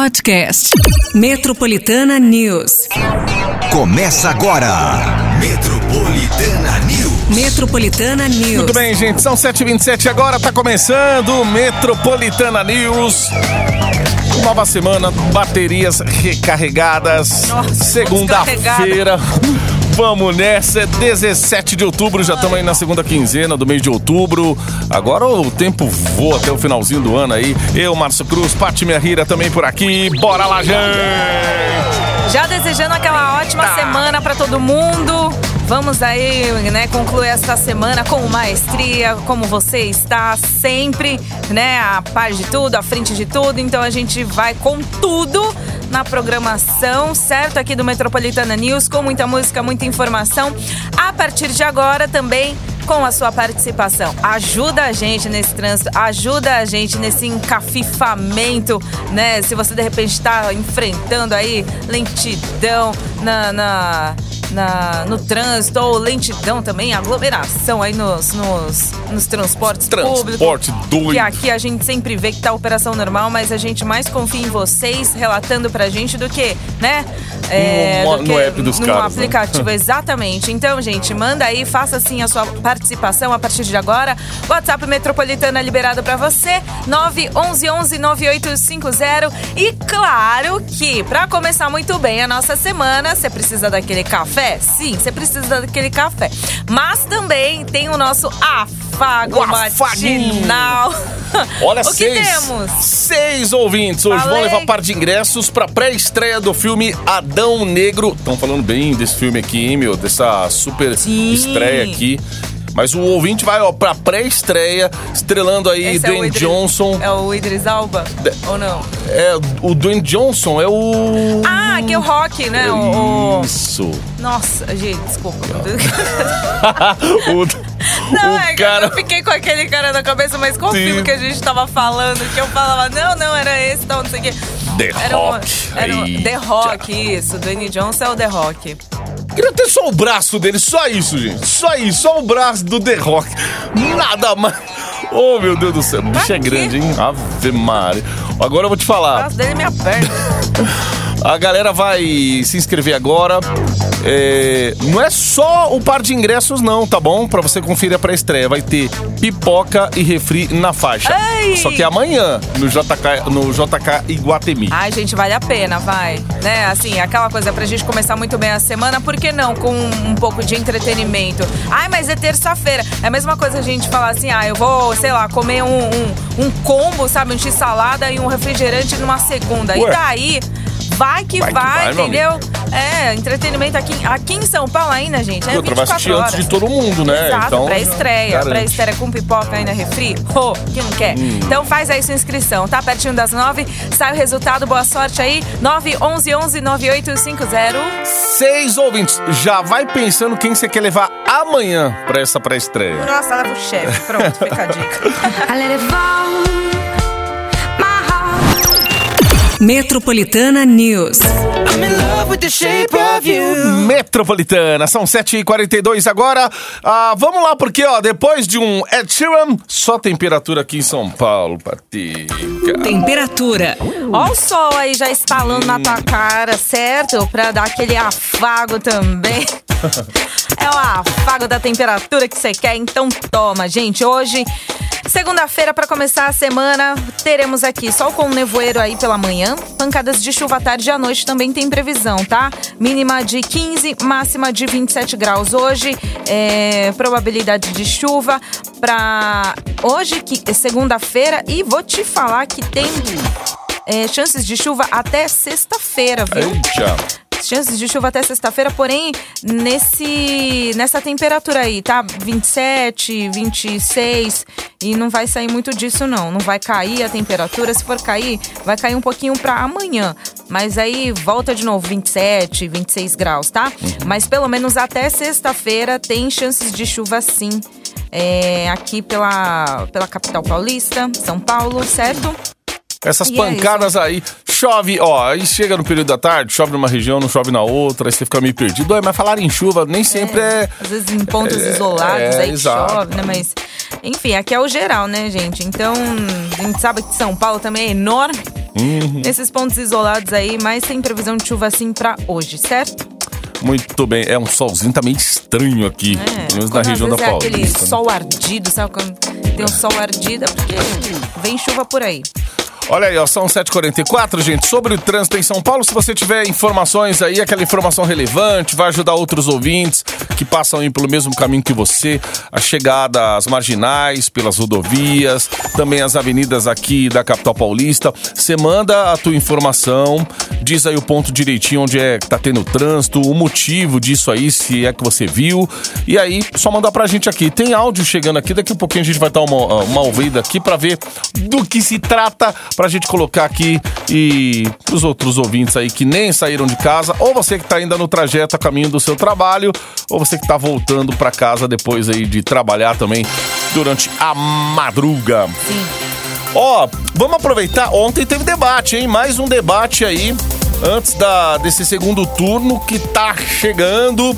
podcast. Metropolitana News. Começa agora. Metropolitana News. Metropolitana News. Muito bem, gente. São 7h27 agora. Tá começando o Metropolitana News. Nova semana, baterias recarregadas. Nossa, segunda-feira. Vamos nessa, é 17 de outubro, já estamos aí na segunda quinzena do mês de outubro. Agora o tempo voa até o finalzinho do ano aí. Eu, Márcio Cruz, Pati Merrira também por aqui. Bora lá, gente! Já desejando aquela ótima semana pra todo mundo. Vamos aí, né, concluir essa semana com maestria, como você está sempre, né, a par de tudo, à frente de tudo. Então a gente vai com tudo na programação, certo? Aqui do Metropolitana News, com muita música, muita informação. A partir de agora também com a sua participação. Ajuda a gente nesse trânsito, ajuda a gente nesse encafifamento, né? Se você de repente está enfrentando aí lentidão no trânsito, ou lentidão também, aglomeração aí nos transportes públicos. Doido. Que aqui a gente sempre vê que tá operação normal, mas a gente mais confia em vocês, relatando pra gente do que, né? No app dos no caras, aplicativo, né? Exatamente. Então, gente, manda aí, faça assim a sua participação a partir de agora. WhatsApp Metropolitana liberado pra você, 911-9850. E claro que, pra começar muito bem a nossa semana, você precisa daquele café? Sim, você precisa daquele café. Mas também tem o nosso afago matinal. Olha, o que temos? 6 ouvintes. Hoje vão levar par de ingressos pra pré-estreia do filme Adão Negro. Estão falando bem desse filme aqui, hein, meu? Dessa super estreia aqui. Mas o ouvinte vai, ó, pra pré-estreia, estrelando aí Dwayne Johnson. É o Idris Elba? Ou não? É, o Dwayne Johnson é o... Ah, que é o Rock, né? Isso. Nossa, gente, desculpa. Eu fiquei com aquele cara na cabeça, mas confirmo que a gente tava falando, que eu falava, não, era esse, tal, não sei o quê. The Rock, isso. Dwayne Johnson é o The Rock. Queria ter só o braço dele, só isso, gente. Só isso, só o braço do The Rock. Nada mais. Oh, meu Deus do céu. O bicho é grande, hein? Ave Maria. Agora eu vou te falar. O braço dele é minha perna. A galera vai se inscrever agora. Não é só o par de ingressos, não, tá bom? Pra você conferir a pré-estreia. Vai ter pipoca e refri na faixa. Ei! Só que amanhã, no JK Iguatemi. Ai, gente, vale a pena, vai. Né, assim, aquela coisa pra gente começar muito bem a semana, por que não? Com um pouco de entretenimento. Ai, mas é terça-feira. É a mesma coisa a gente falar assim, eu vou, sei lá, comer um combo, sabe? Um x-salada e um refrigerante numa segunda. Ué. E daí... Vai que vai, entendeu? Entretenimento aqui em São Paulo ainda, gente. É 24 vai assistir horas. antes de todo mundo, né? Exato, então, pré-estreia com pipoca ainda refri. Que não quer? Então faz aí sua inscrição, tá? Pertinho das 9, sai o resultado, boa sorte aí. 911-9850. 6 ouvintes, já vai pensando quem você quer levar amanhã pra essa pré-estreia. Nossa, leva o chefe. Pronto, fica a dica. Metropolitana News. I'm in love with the shape of you. Metropolitana, são 7h42 agora. Vamos lá, porque depois de um Ed Sheeran, só temperatura aqui em São Paulo, Patica. Temperatura. Ó o sol aí já estalando na tua cara, certo? Pra dar aquele afago também. É o afago da temperatura que você quer, então toma, gente. Hoje, segunda-feira, para começar a semana, teremos aqui sol com nevoeiro aí pela manhã, pancadas de chuva à tarde e à noite também tem previsão, tá? Mínima de 15, máxima de 27 graus. Hoje, probabilidade de chuva para hoje, que é segunda-feira, e vou te falar que tem chances de chuva até sexta-feira, viu? Eita. Chances de chuva até sexta-feira, porém nessa temperatura aí, tá? 27, 26, e não vai sair muito disso não vai cair a temperatura. Se for cair, vai cair um pouquinho pra amanhã, mas aí volta de novo 27, 26 graus, tá? Mas pelo menos até sexta-feira tem chances de chuva sim, aqui pela capital paulista, São Paulo, certo? Essas pancadas aí. Chove, aí chega no período da tarde, chove numa região, não chove na outra, aí você fica meio perdido. Mas falar em chuva nem sempre é... Às vezes em pontos isolados aí que chove, né? Mas, enfim, aqui é o geral, né, gente? Então, a gente sabe que São Paulo também é enorme. Nesses pontos isolados aí, mas tem previsão de chuva assim pra hoje, certo? Muito bem, é um solzinho também estranho aqui, pelo menos na região da Paulista. Aquele sol ardido, sabe quando tem um sol ardido? É porque vem chuva por aí. Olha aí, são 7h44, gente. Sobre o trânsito em São Paulo, se você tiver informações aí, aquela informação relevante, vai ajudar outros ouvintes que passam aí pelo mesmo caminho que você, a chegada às marginais, pelas rodovias, também as avenidas aqui da capital paulista. Você manda a tua informação, diz aí o ponto direitinho onde é que tá tendo trânsito, o motivo disso aí, se é que você viu. E aí, só mandar pra gente aqui. Tem áudio chegando aqui, daqui a pouquinho a gente vai dar uma ouvida aqui pra ver do que se trata, pra gente colocar aqui e os outros ouvintes aí que nem saíram de casa, ou você que tá ainda no trajeto a caminho do seu trabalho, ou você que tá voltando pra casa depois aí de trabalhar também durante a madruga. Sim. Vamos aproveitar, ontem teve debate, hein? Mais um debate aí, antes desse segundo turno que tá chegando.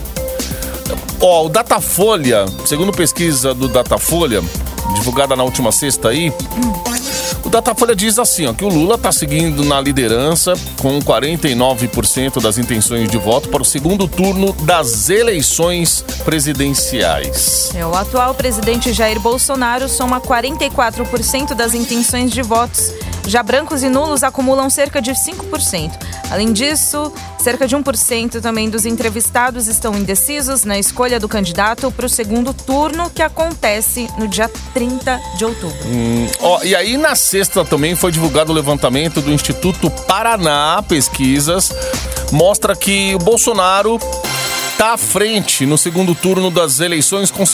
O Datafolha, segundo pesquisa do Datafolha, divulgada na última sexta aí, o Datafolha diz assim, que o Lula está seguindo na liderança com 49% das intenções de voto para o segundo turno das eleições presidenciais. O atual presidente Jair Bolsonaro soma 44% das intenções de votos. Já brancos e nulos acumulam cerca de 5%. Além disso, cerca de 1% também dos entrevistados estão indecisos na escolha do candidato para o segundo turno, que acontece no dia 30 de outubro. E aí, na sexta também foi divulgado o levantamento do Instituto Paraná Pesquisas. Mostra que o Bolsonaro está à frente no segundo turno das eleições com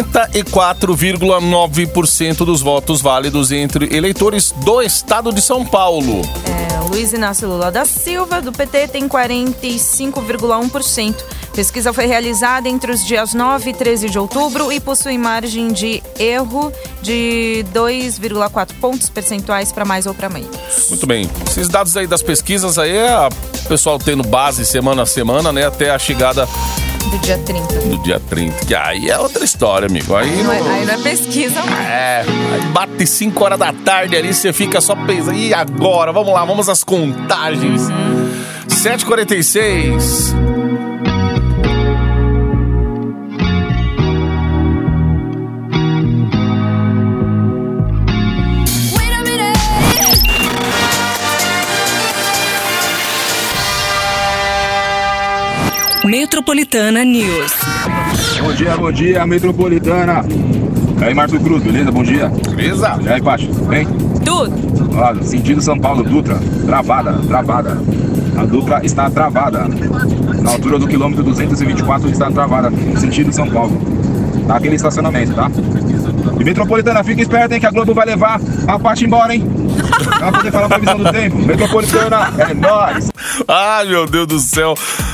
54,9% dos votos válidos entre eleitores do estado de São Paulo. Luiz Inácio Lula da Silva, do PT, tem 45,1%. Pesquisa foi realizada entre os dias 9 e 13 de outubro e possui margem de erro de 2,4 pontos percentuais para mais ou para menos. Muito bem. Esses dados aí das pesquisas aí o pessoal tendo base semana a semana, né? Até a chegada do dia 30. Do dia 30, que aí é outra história, amigo. Aí não é pesquisa, não. Aí bate 5 horas da tarde ali, você fica só pensando, e agora? Vamos lá, vamos às contagens. 7h46. Metropolitana News. Bom dia, Metropolitana. E aí, Márcio Cruz, beleza? Bom dia. Beleza? E aí, Paty, bem? Tudo. Sentido São Paulo, Dutra, travada. A Dutra está travada. Na altura do quilômetro 224 está travada, sentido São Paulo. Tá aquele estacionamento, tá? E Metropolitana, fica esperto, hein, que a Globo vai levar a Paty embora, hein? Pra poder falar a previsão do tempo. Metropolitana, é nóis. Ai, meu Deus do céu.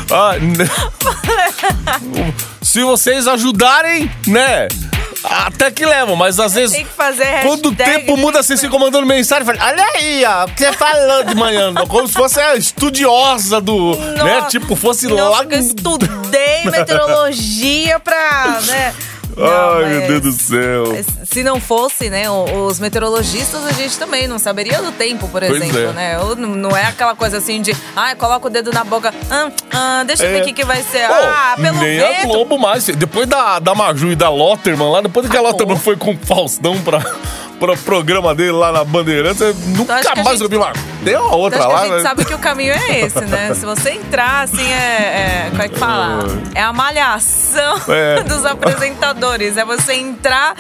Se vocês ajudarem, né? Até que levam, mas às vezes, tem que fazer quando o tempo muda, vocês ficam mandando mensagem, fala, olha aí, o que você falou de manhã, como se fosse a estudiosa do, né, tipo, fosse lá... Eu estudei meteorologia pra, né... Ai, meu Deus do céu. Se não fosse, né, os meteorologistas, a gente também não saberia do tempo, por exemplo, né? Não é aquela coisa assim de, coloca o dedo na boca, deixa eu ver o que vai ser. Pelo nem vento. A Globo mais. Depois da Maju e da Lotterman lá, depois que a Lotterman foi com o Faustão pro programa dele lá na Bandeirantes, nunca mais eu vi lá. Tem uma outra lá. A gente sabe que o caminho é esse, né? Se você entrar, assim, como é que fala? É a malhação dos apresentadores. É você entrar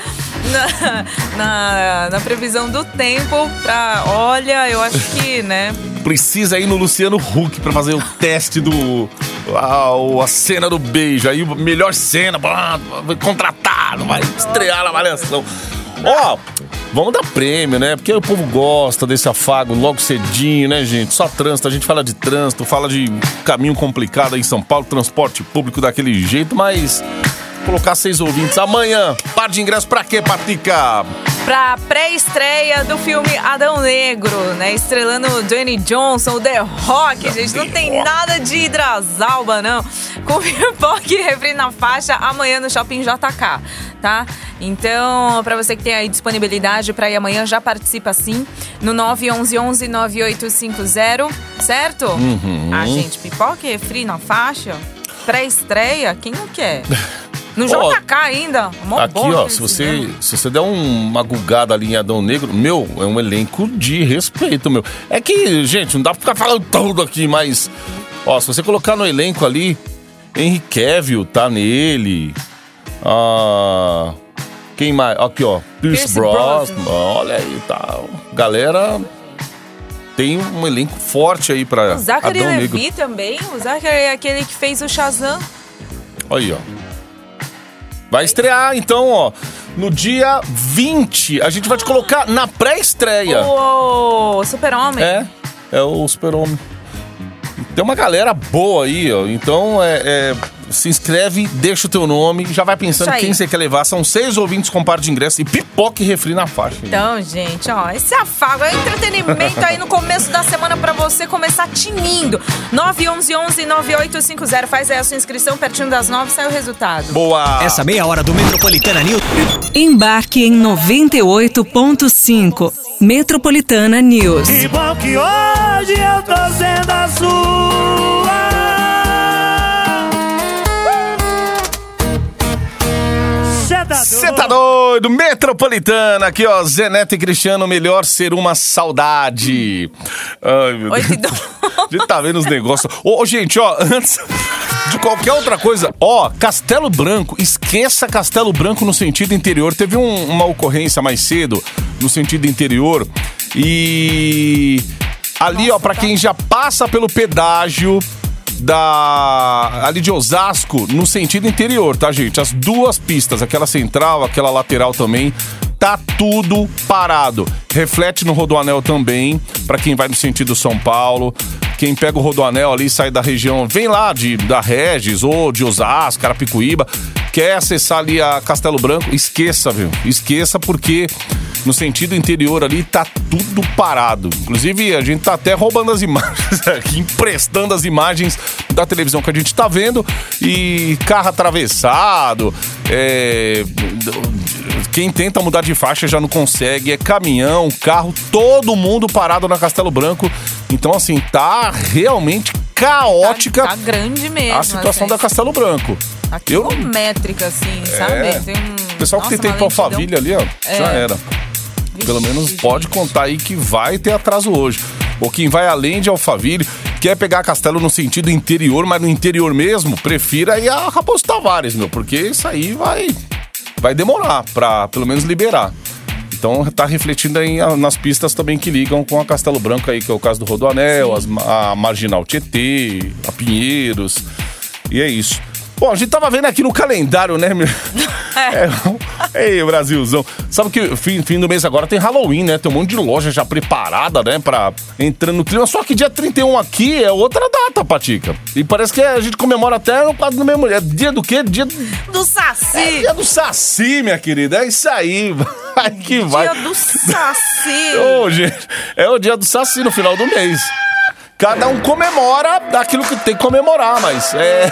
na previsão do tempo pra... Olha, eu acho que, né? Precisa ir no Luciano Huck pra fazer o teste a cena do beijo. Aí, melhor cena, contratado, vai estrear na malhação. Vamos dar prêmio, né? Porque o povo gosta desse afago logo cedinho, né, gente? Só trânsito, a gente fala de trânsito, fala de caminho complicado aí em São Paulo, transporte público daquele jeito, mas colocar 6 ouvintes amanhã. Par de ingresso pra quê, Patica? Pra pré-estreia do filme Adão Negro, né? Estrelando o Dwayne Johnson, o The Rock, gente. Não tem nada de Idris Elba, não. Com pipoca e refri na faixa amanhã no Shopping JK, tá? Então, pra você que tem aí disponibilidade pra ir amanhã, já participa sim no 911-9850, certo? Ah, gente, pipoca e refri na faixa, pré-estreia, quem não quer? No JK ainda. Aqui, ó, se você der uma gugada ali em Adão Negro, meu, é um elenco de respeito, meu. É que, gente, não dá pra ficar falando tudo aqui, mas... Ó, se você colocar no elenco ali, Henry Cavill tá nele. Quem mais? Aqui, ó, Pierce Brosnan. Olha aí, tá. Galera... Tem um elenco forte aí pra Adão Negro. O Zachary Levi também. O Zachary é aquele que fez o Shazam. Olha aí, ó. Vai estrear, então, ó, no dia 20. A gente vai te colocar na pré-estreia. O Super-Homem. É o Super-Homem. Tem uma galera boa aí, ó. Então, se inscreve, deixa o teu nome, já vai pensando quem você quer levar. São 6 ouvintes com par de ingresso e pipoca e refri na faixa. Então, gente, ó, esse afago é entretenimento aí no começo da semana pra você começar tinindo. 911-9850, faz aí a sua inscrição, pertinho das 9, sai o resultado. Boa! Essa meia hora do Metropolitana News. Embarque em 98.5. Metropolitana News. Que bom que hoje eu tô sendo a sua. Cê tá doido? Metropolitana, aqui ó, Zé Neto e Cristiano, melhor ser uma saudade. Ai, meu Deus. A gente tá vendo os negócios. Gente, ó, antes de qualquer outra coisa, ó, Castelo Branco, esqueça Castelo Branco no sentido interior. Teve uma ocorrência mais cedo no sentido interior e ali, ó, pra quem já passa pelo pedágio ali de Osasco, no sentido interior, tá, gente? As duas pistas, aquela central, aquela lateral também, tá tudo parado. Reflete no Rodoanel também, pra quem vai no sentido São Paulo. Quem pega o Rodoanel ali, sai da região, vem lá da Regis ou de Osasco, Carapicuíba, quer acessar ali a Castelo Branco, esqueça, viu? Esqueça, porque no sentido interior ali tá tudo parado. Inclusive, a gente tá até roubando as imagens aqui, emprestando as imagens da televisão que a gente tá vendo. E carro atravessado, quem tenta mudar de faixa já não consegue, é caminhão, carro, todo mundo parado na Castelo Branco. Então, assim, tá realmente caótica. Tá grande mesmo. A situação da Castelo Branco. Tá quilométrica, assim, sabe? Tem o pessoal que tem Alphaville ali, ó, já era. Pelo menos pode contar aí que vai ter atraso hoje. Ou quem vai além de Alphaville, quer pegar Castelo no sentido interior, mas no interior mesmo, prefira ir a Raposo Tavares, meu, porque isso aí vai demorar pra pelo menos liberar. Então tá refletindo aí nas pistas também que ligam com a Castelo Branco aí, que é o caso do Rodoanel, a Marginal Tietê, a Pinheiros, e é isso. Bom, a gente tava vendo aqui no calendário, né, meu? Ei, Brasilzão. Sabe que fim do mês agora tem Halloween, né? Tem um monte de loja já preparada, né? Pra entrar no clima. Só que dia 31 aqui é outra data, Patica. E parece que a gente comemora até quase no mesmo dia. Dia do quê? Dia do Saci. É dia do Saci, minha querida. É isso aí. Vai que vai. Dia do Saci. Ô, gente, é o dia do Saci no final do mês. Cada um comemora daquilo que tem que comemorar, mas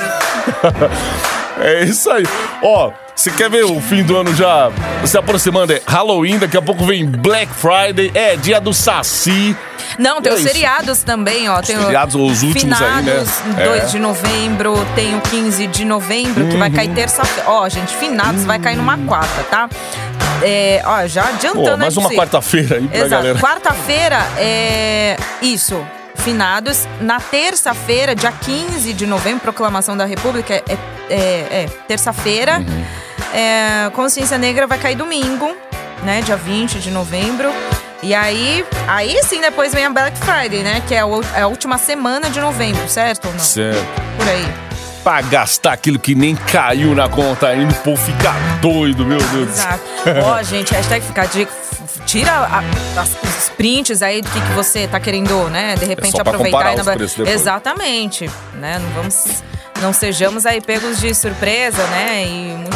é isso aí. Ó, você quer ver o fim do ano já se aproximando? É Halloween, daqui a pouco vem Black Friday, é dia do Saci. Não, tem os feriados também, ó. Tem os feriados, os últimos aí, né? 2 de novembro, tem o 15 de novembro, que vai cair terça-feira. Ó, gente, finados vai cair numa quarta, tá? Ó, já adiantando. Mais uma quarta-feira aí pra galera. Quarta-feira é isso. Finados. Na terça-feira, dia 15 de novembro, proclamação da República, terça-feira. Consciência Negra vai cair domingo, né? Dia 20 de novembro. E aí sim, depois vem a Black Friday, né? Que é a última semana de novembro, certo ou não? Certo. Por aí. Pra gastar aquilo que nem caiu na conta ainda, o povo fica doido, meu Deus. Exato. Ó, gente, hashtag fica dica. Tira os prints aí do que você tá querendo, né? De repente aproveitar aí na... Exatamente, né? Não sejamos aí pegos de surpresa, né? E muito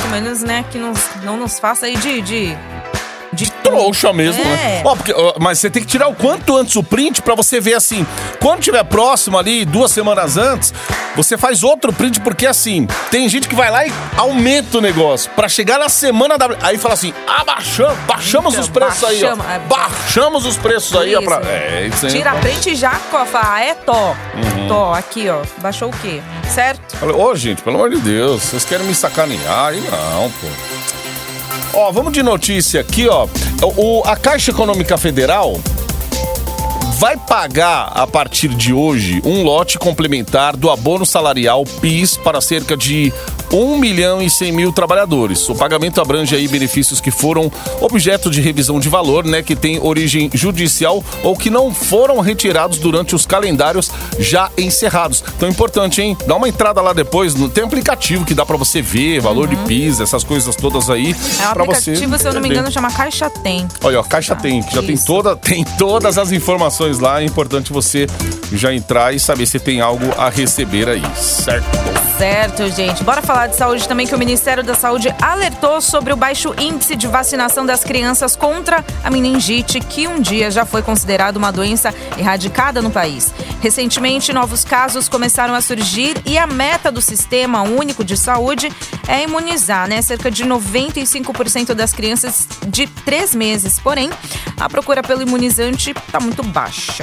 pelo menos, né, que não nos faça aí de trouxa mesmo, né? Mas você tem que tirar o quanto antes o print pra você ver assim. Quando tiver próximo ali, 2 semanas antes, você faz outro print, porque assim, tem gente que vai lá e aumenta o negócio. Pra chegar na semana da... Aí fala assim, baixamos então, os preços aí, ó. Baixamos os preços aí, ó. Isso aí. Tira a print e já, Tó, aqui, ó. Baixou o quê? Certo? Ô, gente, pelo amor de Deus, vocês querem me sacanear? Aí não, pô. Ó, vamos de notícia aqui, ó. A Caixa Econômica Federal vai pagar, a partir de hoje, um lote complementar do abono salarial PIS para cerca de 1.100.000 trabalhadores. O pagamento abrange aí benefícios que foram objeto de revisão de valor, né, que tem origem judicial ou que não foram retirados durante os calendários já encerrados. Então é importante, hein? Dá uma entrada lá depois, tem um aplicativo que dá pra você ver, valor de PIS, essas coisas todas aí. É um aplicativo, se eu não me engano, chama Caixa Tem. Olha, ó, Caixa Tem, que já tem todas as informações lá. É importante você já entrar e saber se tem algo a receber aí, certo? Certo, gente. Bora falar de saúde também, que o Ministério da Saúde alertou sobre o baixo índice de vacinação das crianças contra a meningite, que um dia já foi considerada uma doença erradicada no país. Recentemente, novos casos começaram a surgir e a meta do Sistema Único de Saúde é imunizar, né, cerca de 95% das crianças de 3 meses. Porém, a procura pelo imunizante está muito baixa.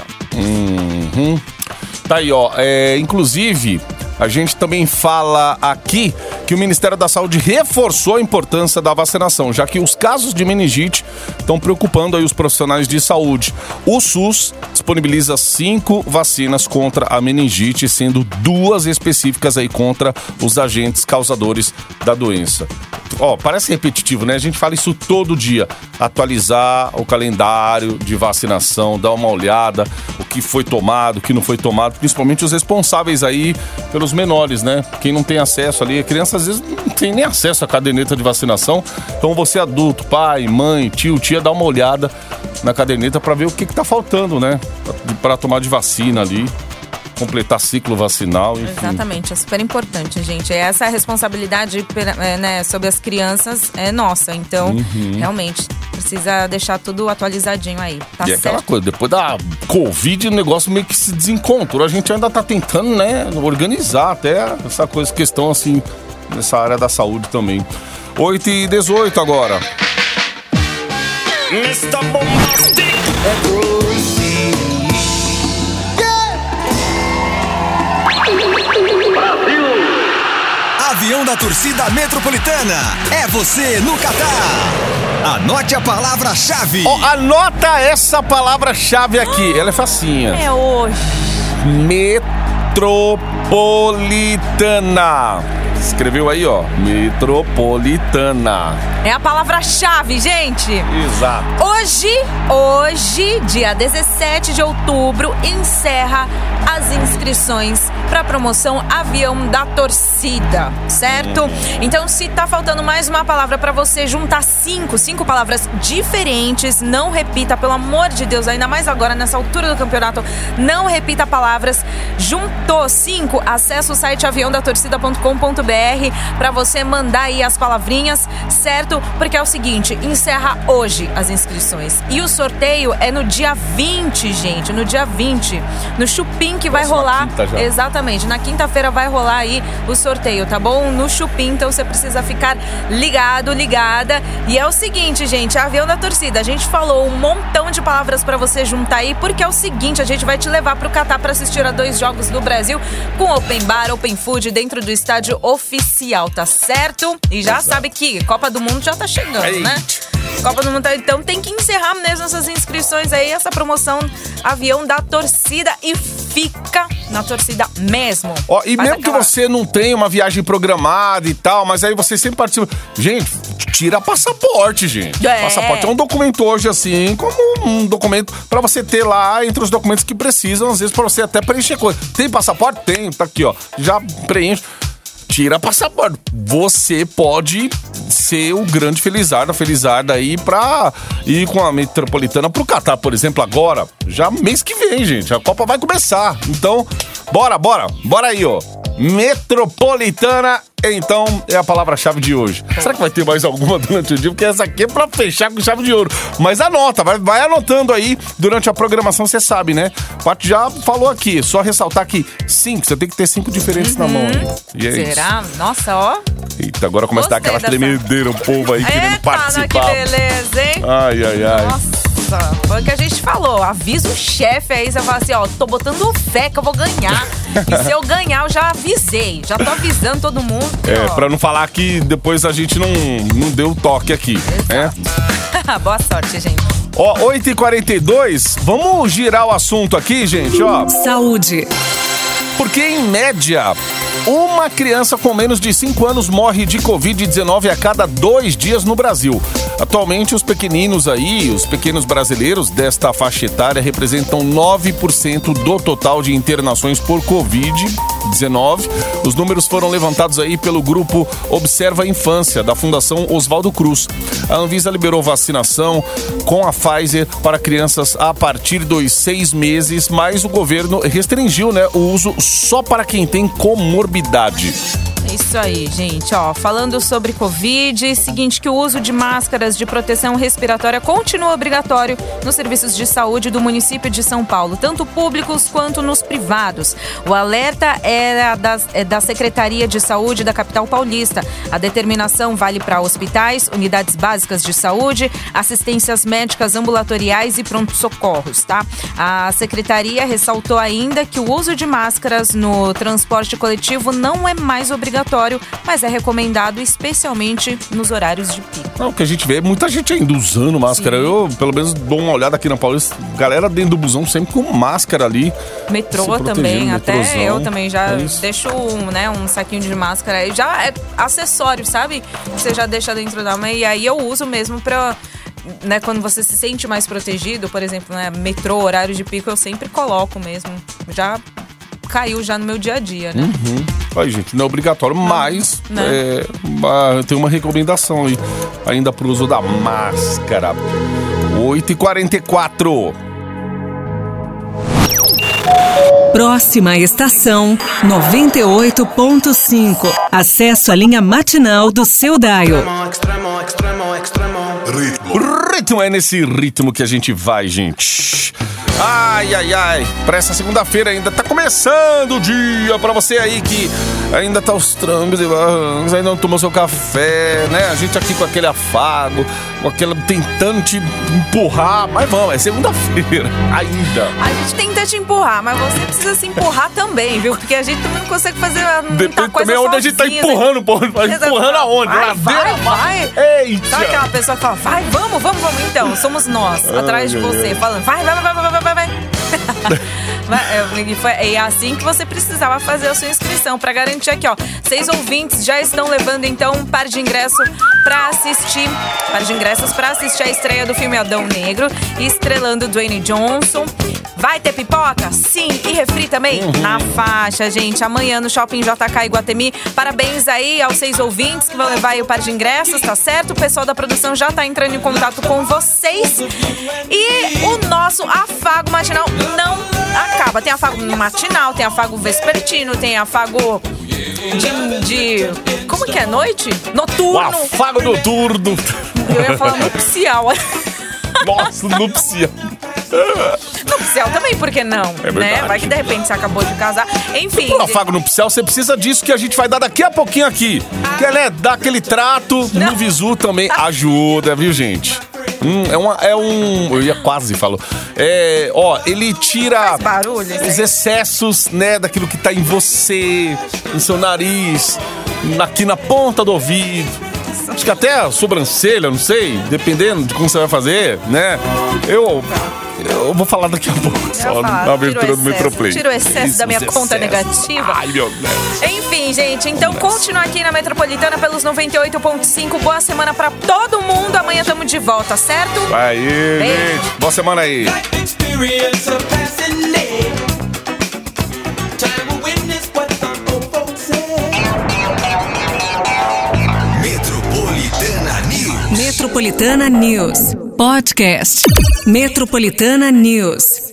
Tá aí, ó. Inclusive, a gente também fala aqui que o Ministério da Saúde reforçou a importância da vacinação, já que os casos de meningite estão preocupando aí os profissionais de saúde. O SUS disponibiliza 5 vacinas contra a meningite, sendo 2 específicas aí contra os agentes causadores da doença. Ó, parece repetitivo, né? A gente fala isso todo dia. Atualizar o calendário de vacinação, dar uma olhada, o que foi tomado, o que não foi tomado, principalmente os responsáveis aí pelos menores, né? Quem não tem acesso ali, a criança às vezes não tem nem acesso à caderneta de vacinação. Então você adulto, pai, mãe, tio, tia, dá uma olhada na caderneta pra ver o que tá faltando, né? Pra tomar de vacina ali. Completar ciclo vacinal, enfim. Exatamente, é super importante, gente. Essa responsabilidade, né, sobre as crianças é nossa. Então, realmente, precisa deixar tudo atualizadinho aí. Tá certo? Aquela coisa, depois da Covid, o negócio meio que se desencontrou. A gente ainda tá tentando, né, organizar até essa coisa, questão assim, nessa área da saúde também. 8h18 agora. Mr. Bombastic. Avião da torcida metropolitana. É você no Catar. Anote a palavra-chave. Ó, anota essa palavra-chave aqui. Ela é facinha. É hoje. Metropolitana. Escreveu aí, ó. Metropolitana. É a palavra-chave, gente. Exato. Hoje, dia 17 de outubro, encerra as inscrições para a promoção Avião da Torcida, certo? Então, se tá faltando mais uma palavra para você juntar 5 palavras diferentes, não repita, pelo amor de Deus, ainda mais agora nessa altura do campeonato, não repita palavras. Juntou 5, acessa o site aviãodatorcida.com.br para você mandar aí as palavrinhas, certo? Porque é o seguinte, encerra hoje as inscrições e o sorteio é no dia 20, gente, no dia 20, no Chupim que vai rolar. Exatamente, na quinta-feira vai rolar aí o sorteio, tá bom? No Chupim, então você precisa ficar ligado, ligada. E é o seguinte, gente, Avião da Torcida, a gente falou um montão de palavras pra você juntar aí, porque é o seguinte, a gente vai te levar pro Catar pra assistir a 2 jogos do Brasil com open bar, open food dentro do estádio oficial, tá certo? E já sabe que Copa do Mundo já tá chegando, né? Copa do Mundo, então tem que encerrar mesmo essas inscrições aí, essa promoção Avião da Torcida, e fica na torcida mesmo. Ó, e mesmo que você não tenha uma viagem programada e tal, mas aí você sempre participa. Gente, tira passaporte, gente. Passaporte é um documento hoje, assim, como um documento pra você ter lá entre os documentos que precisam, às vezes pra você até preencher coisa. Tem passaporte? Tem, tá aqui, ó. Já preenche. Tira passaporte. Você pode ser o grande Felizardo aí pra ir com a Metropolitana pro Catar, por exemplo, agora. Já mês que vem, gente. A Copa vai começar. Então, bora aí, ó. Metropolitana então é a palavra-chave de hoje. Será que vai ter mais alguma durante o dia? Porque essa aqui é pra fechar com chave de ouro. Mas anota, vai anotando aí durante a programação, você sabe, né? O Paty já falou aqui, só ressaltar que 5, você tem que ter 5 diferentes na mão aí. E é Será? Isso. Nossa, ó. Eita, agora começa a dar aquela tremedeira, o povo aí querendo participar. Que beleza, hein? Ai. Nossa, foi o que a gente falou. Avisa o chefe aí, você fala assim, ó, tô botando fé que eu vou ganhar. E se eu ganhar, eu já avisei. Já tô avisando todo mundo. Pra não falar que depois a gente não deu o toque aqui, né? Boa sorte, gente. Ó, 8h42, vamos girar o assunto aqui, gente, ó. Saúde. Porque, em média, uma criança com menos de 5 anos morre de Covid-19 a cada 2 dias no Brasil. Atualmente, os pequeninos aí, os pequenos brasileiros desta faixa etária representam 9% do total de internações por Covid-19. Os números foram levantados aí pelo grupo Observa a Infância, da Fundação Oswaldo Cruz. A Anvisa liberou vacinação com a Pfizer para crianças a partir dos 6 meses, mas o governo restringiu, né, o uso só para quem tem comorbidade. Isso aí, gente, ó, falando sobre Covid, seguinte, que o uso de máscaras de proteção respiratória continua obrigatório nos serviços de saúde do município de São Paulo, tanto públicos quanto nos privados. O alerta era da Secretaria de Saúde da capital paulista. A determinação vale para hospitais, unidades básicas de saúde, assistências médicas ambulatoriais e pronto-socorros, tá? A Secretaria ressaltou ainda que o uso de máscaras no transporte coletivo não é mais obrigatório, mas é recomendado especialmente nos horários de pico. O que a gente vê, muita gente ainda usando máscara. Sim. Eu, pelo menos, dou uma olhada aqui na Paulista, galera dentro do busão sempre com máscara ali. Metrô também, até eu também já deixo um saquinho de máscara aí. Já é acessório, sabe? Você já deixa dentro da mão e aí eu uso mesmo pra... Né, quando você se sente mais protegido, por exemplo, né, metrô, horário de pico, eu sempre coloco mesmo. Já caiu já no meu dia a dia, né? Aí, gente, não é obrigatório, mas tem uma recomendação aí, ainda pro uso da máscara. 8h44. Próxima estação, 98.5. Acesso à linha matinal do seu dial. Ritmo é nesse ritmo que a gente vai, gente. Ai. Pra essa segunda-feira ainda tá começando o dia. Pra você aí que ainda tá aos trancos e barrancos, ainda não tomou seu café, né? A gente aqui com aquele afago, com aquela tentando te empurrar. Mas vamos, é segunda-feira ainda. A gente tenta te empurrar, mas você precisa se empurrar também, viu? Porque a gente também não consegue fazer muita coisa também onde a gente tá empurrando, empurrando aonde? Vai. Eita! Sabe aquela pessoa que fala, vai, vamos. Então, somos nós, atrás de você, falando, vai. E é assim que você precisava fazer a sua inscrição, pra garantir aqui, ó, 6 ouvintes já estão levando, então, um par de ingressos pra assistir a estreia do filme Adão Negro, estrelando Dwayne Johnson. Vai ter pipoca? Sim, e refri também? Na faixa, gente, amanhã no Shopping JK Iguatemi. Parabéns aí aos 6 ouvintes que vão levar aí o par de ingressos, tá certo? O pessoal da produção já tá entrando em contato com vocês. E o nosso afago matinal não acaba. Tem afago matinal, tem afago vespertino, tem afago de como que é? Noite? Noturno. O afago noturno. Eu ia falar nupcial. Nossa, nupcial. Nupcial também, por que não? É verdade. Né? Vai que de repente você acabou de casar. Enfim. Pro afago nupcial, você precisa disso que a gente vai dar daqui a pouquinho aqui. Que é, dar aquele trato no visu também ajuda, viu, gente? Eu ia quase falou. Ele tira os excessos, né, daquilo que tá em você, no seu nariz, aqui na ponta do ouvido. Acho que até a sobrancelha, não sei, dependendo de como você vai fazer, né? Eu vou falar daqui a pouco, só na abertura do Metroplay. Tira o excesso da minha conta negativa. Ai, meu Deus. Enfim, gente, então continua aqui na Metropolitana pelos 98.5. Boa semana pra todo mundo. Amanhã tamo de volta, certo? Vai aí, gente. Boa semana aí. Metropolitana News. Podcast. Metropolitana News.